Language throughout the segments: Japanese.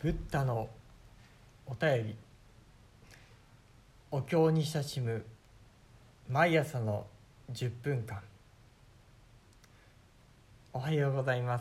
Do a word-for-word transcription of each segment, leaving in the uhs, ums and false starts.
ブッダのお便り。お経に親しむ毎朝のじゅっぷんかん。おはようございます。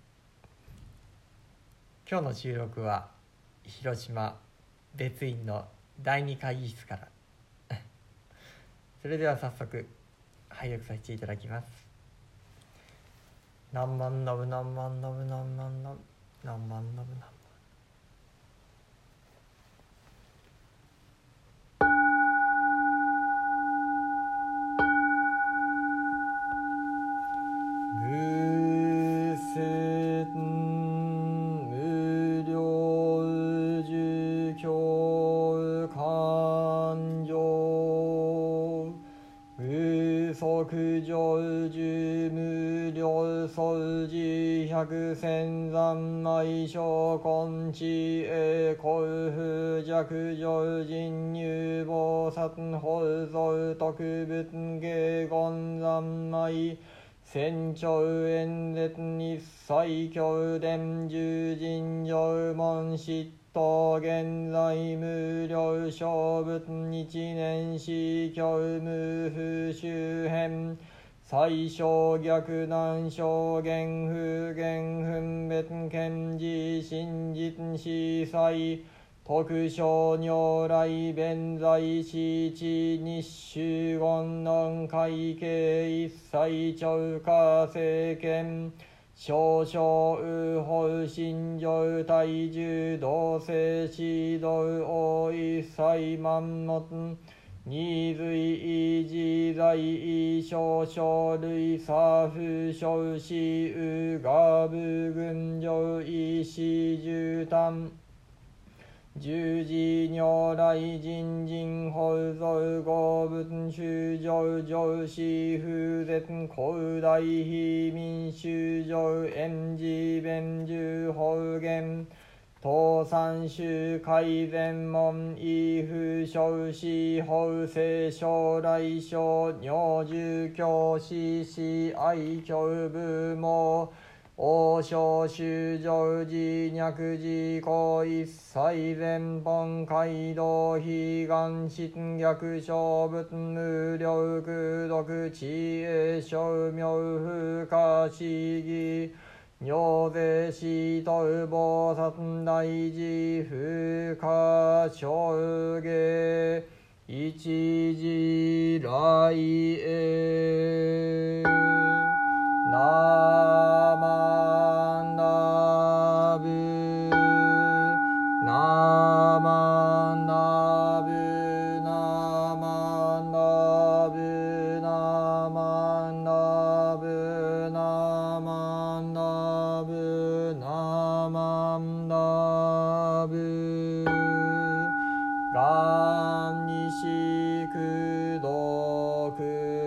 今日の収録は広島別院のだいに会議室からそれでは早速拝読させていただきます。何万のぶ何万のぶ何万のぶ何万のぶ何万無線無量寿経勘定無足成就無量祖寺百千三昧小根智慧古風弱上人入菩薩法蔵特仏芸言三昧千兆円絶日最強伝十人上門嫉妬現在無量小仏一年死教無不周辺最小逆難証言不言分別見示真実司祭特賞如来弁財死地日周言論会計一切超過政権少々右法信条体重同性指導王一切万物二随意自在意少々類差不少子右が部群上意思重担十字如来人人法蔵合仏修上上司風絶広大非民衆上演じ弁十方言東山宗改善門異不少子法聖将来将如住教師師愛教部門王将修上寺脈寺公一切前本街道悲願心逆小仏無量功徳知恵称妙不可思議如是使徒菩薩大事不可証下一時来へナマナブナマナブナマナブナマナブナマナブナマナブ願西功徳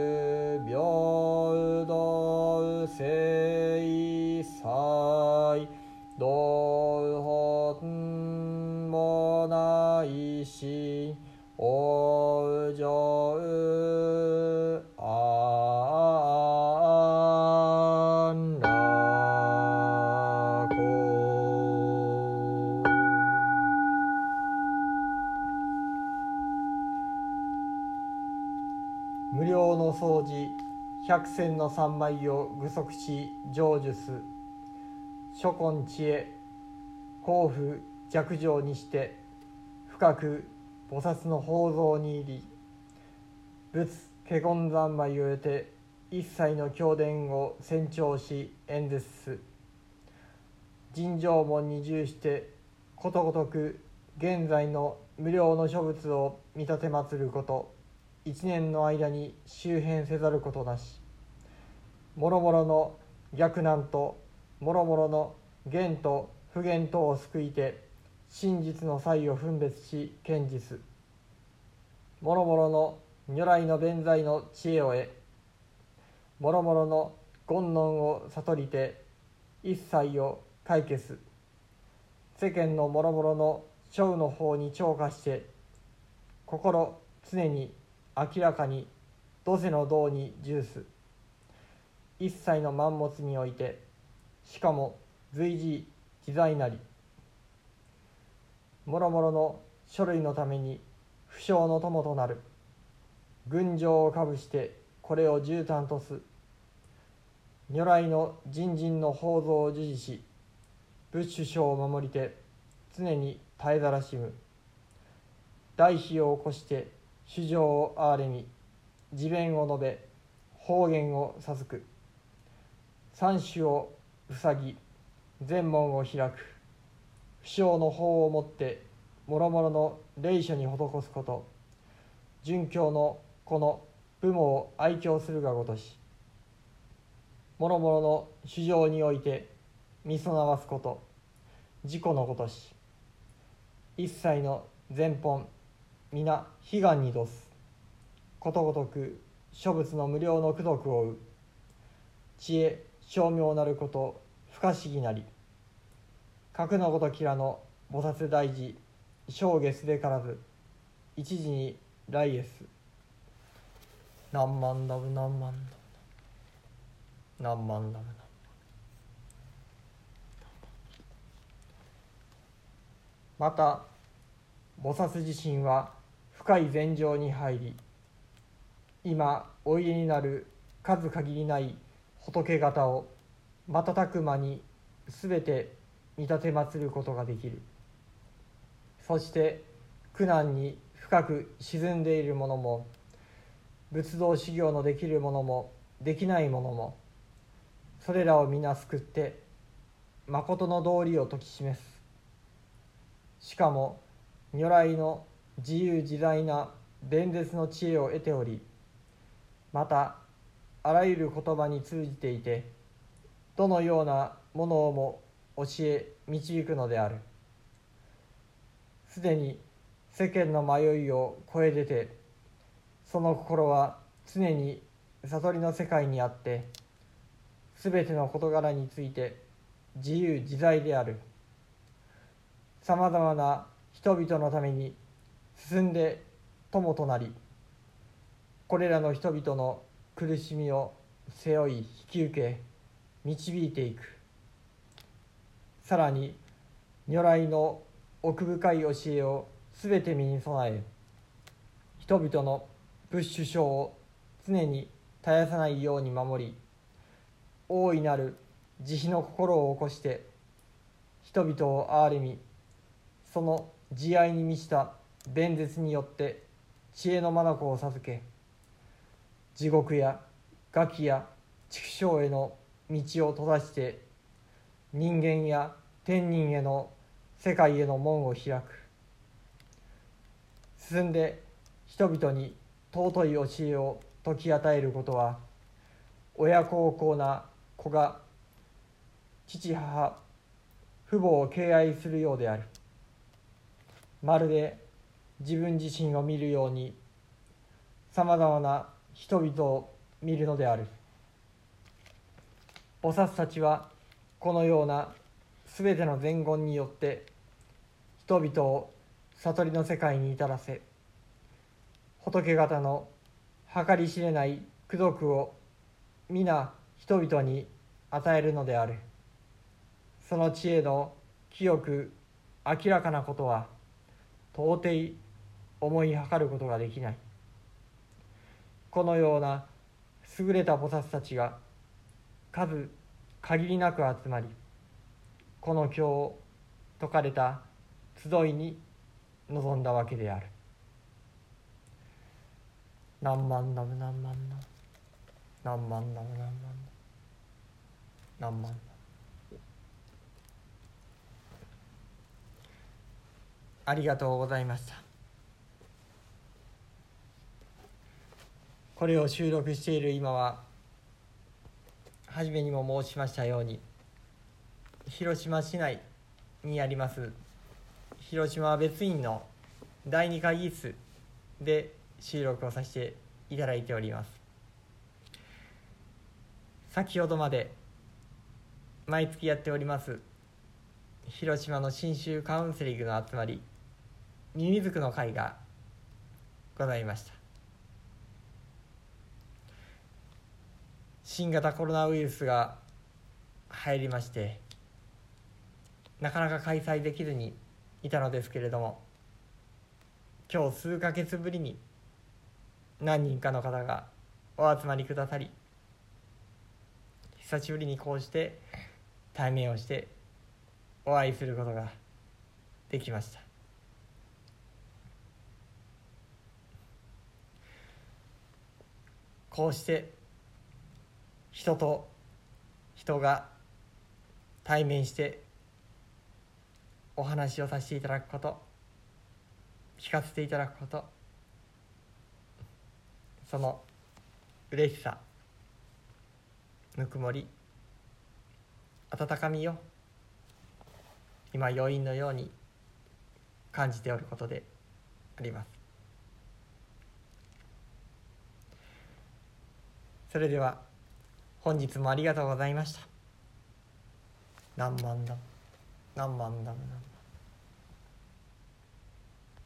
平等聖祭道本もないし往生安楽無料の掃除百千の三昧を具足し成就す諸根知恵幸福寂静にして深く菩薩の法蔵に入り仏華厳三昧を得て一切の経典を宣聴し演説す尋常門に従してことごとく現在の無料の諸仏を見立て祀ること一年の間に周辺せざることなしもろもろの逆難ともろもろの言と不言とを救いて真実の差異を分別し堅持すもろもろの如来の弁財の知恵を得もろもろの言論を悟りて一切を解決世間のもろもろの小の方に聴化して心常に明らかに土世の道に従す一切の万物においてしかも随時自在なりもろもろの書類のために不祥の友となる。軍状をかぶしてこれを絨毯とす。如来の人人の法蔵を授事し、仏首相を守りて常に絶えざらしむ。大悲を起こして主情を憐れみ、自弁を述べ方言を授く。三種を塞ぎ全門を開く。不祥の法をもってもろもろの霊書に施すこと。殉教のこの部門を愛嬌するがごとし、もろもろの主情においてみそなわすこと。自己のごとし、一切の前本皆悲願にどす。ことごとく諸仏の無料の功徳を負う。知恵称名なること不可思議なり。格のごときらの菩薩大事正下すべからず、一時に来月。何万ダブ何万ダブ何万ダブ何万。また菩薩自身は深い禅定に入り、今おいでになる数限りない仏方を瞬く間にすべて見立て祀ることができる。そして苦難に深く沈んでいる者も、仏道修行のできる者もできない者も、それらを皆救って誠の道理を説き示す。しかも如来の自由自在な弁舌の知恵を得ており、またあらゆる言葉に通じていて、どのようなものをも教え導くのである。すでに世間の迷いを超え出て、その心は常に悟りの世界にあって、すべての事柄について自由自在である。さまざまな人々のために進んで友となり、これらの人々の苦しみを背負い引き受け導いていく。さらに如来の奥深い教えをすべて身に備え、人々の仏首相を常に絶やさないように守り、大いなる慈悲の心を起こして人々を憐れみ、その慈愛に満ちた弁舌によって知恵の眼を授け、地獄や餓鬼や畜生への道を閉ざして、人間や天人への世界への門を開く。進んで人々に尊い教えを説き与えることは、親孝行な子が父母父母を敬愛するようである。まるで自分自身を見るようにさまざまな人々を見るのである。菩薩たちはこのようなすべての伝言によって人々を悟りの世界に至らせ、仏方の計り知れない功徳を皆人々に与えるのである。その知恵の清く明らかなことは到底思いはかることができない。このような優れた菩薩たちが数限りなく集まり、この経を説かれた集いに臨んだわけである。何万ナム何万ナム何万ナム何万ナム何万ナム。ありがとうございました。これを収録している今は、初めにも申しましたように、広島市内にあります広島別院のだいに会議室で収録をさせていただいております。先ほどまで毎月やっております広島の信州カウンセリングの集まり、ミミズクの会がございました。新型コロナウイルスが入りまして、なかなか開催できずにいたのですけれども、今日数ヶ月ぶりに何人かの方がお集まりくださり、久しぶりにこうして対面をしてお会いすることができました。こうして人と人が対面してお話をさせていただくこと、聞かせていただくこと、その嬉しさ、ぬくもり、温かみを今余韻のように感じておることであります。それでは本日もありがとうございました。何万だ何万だ何万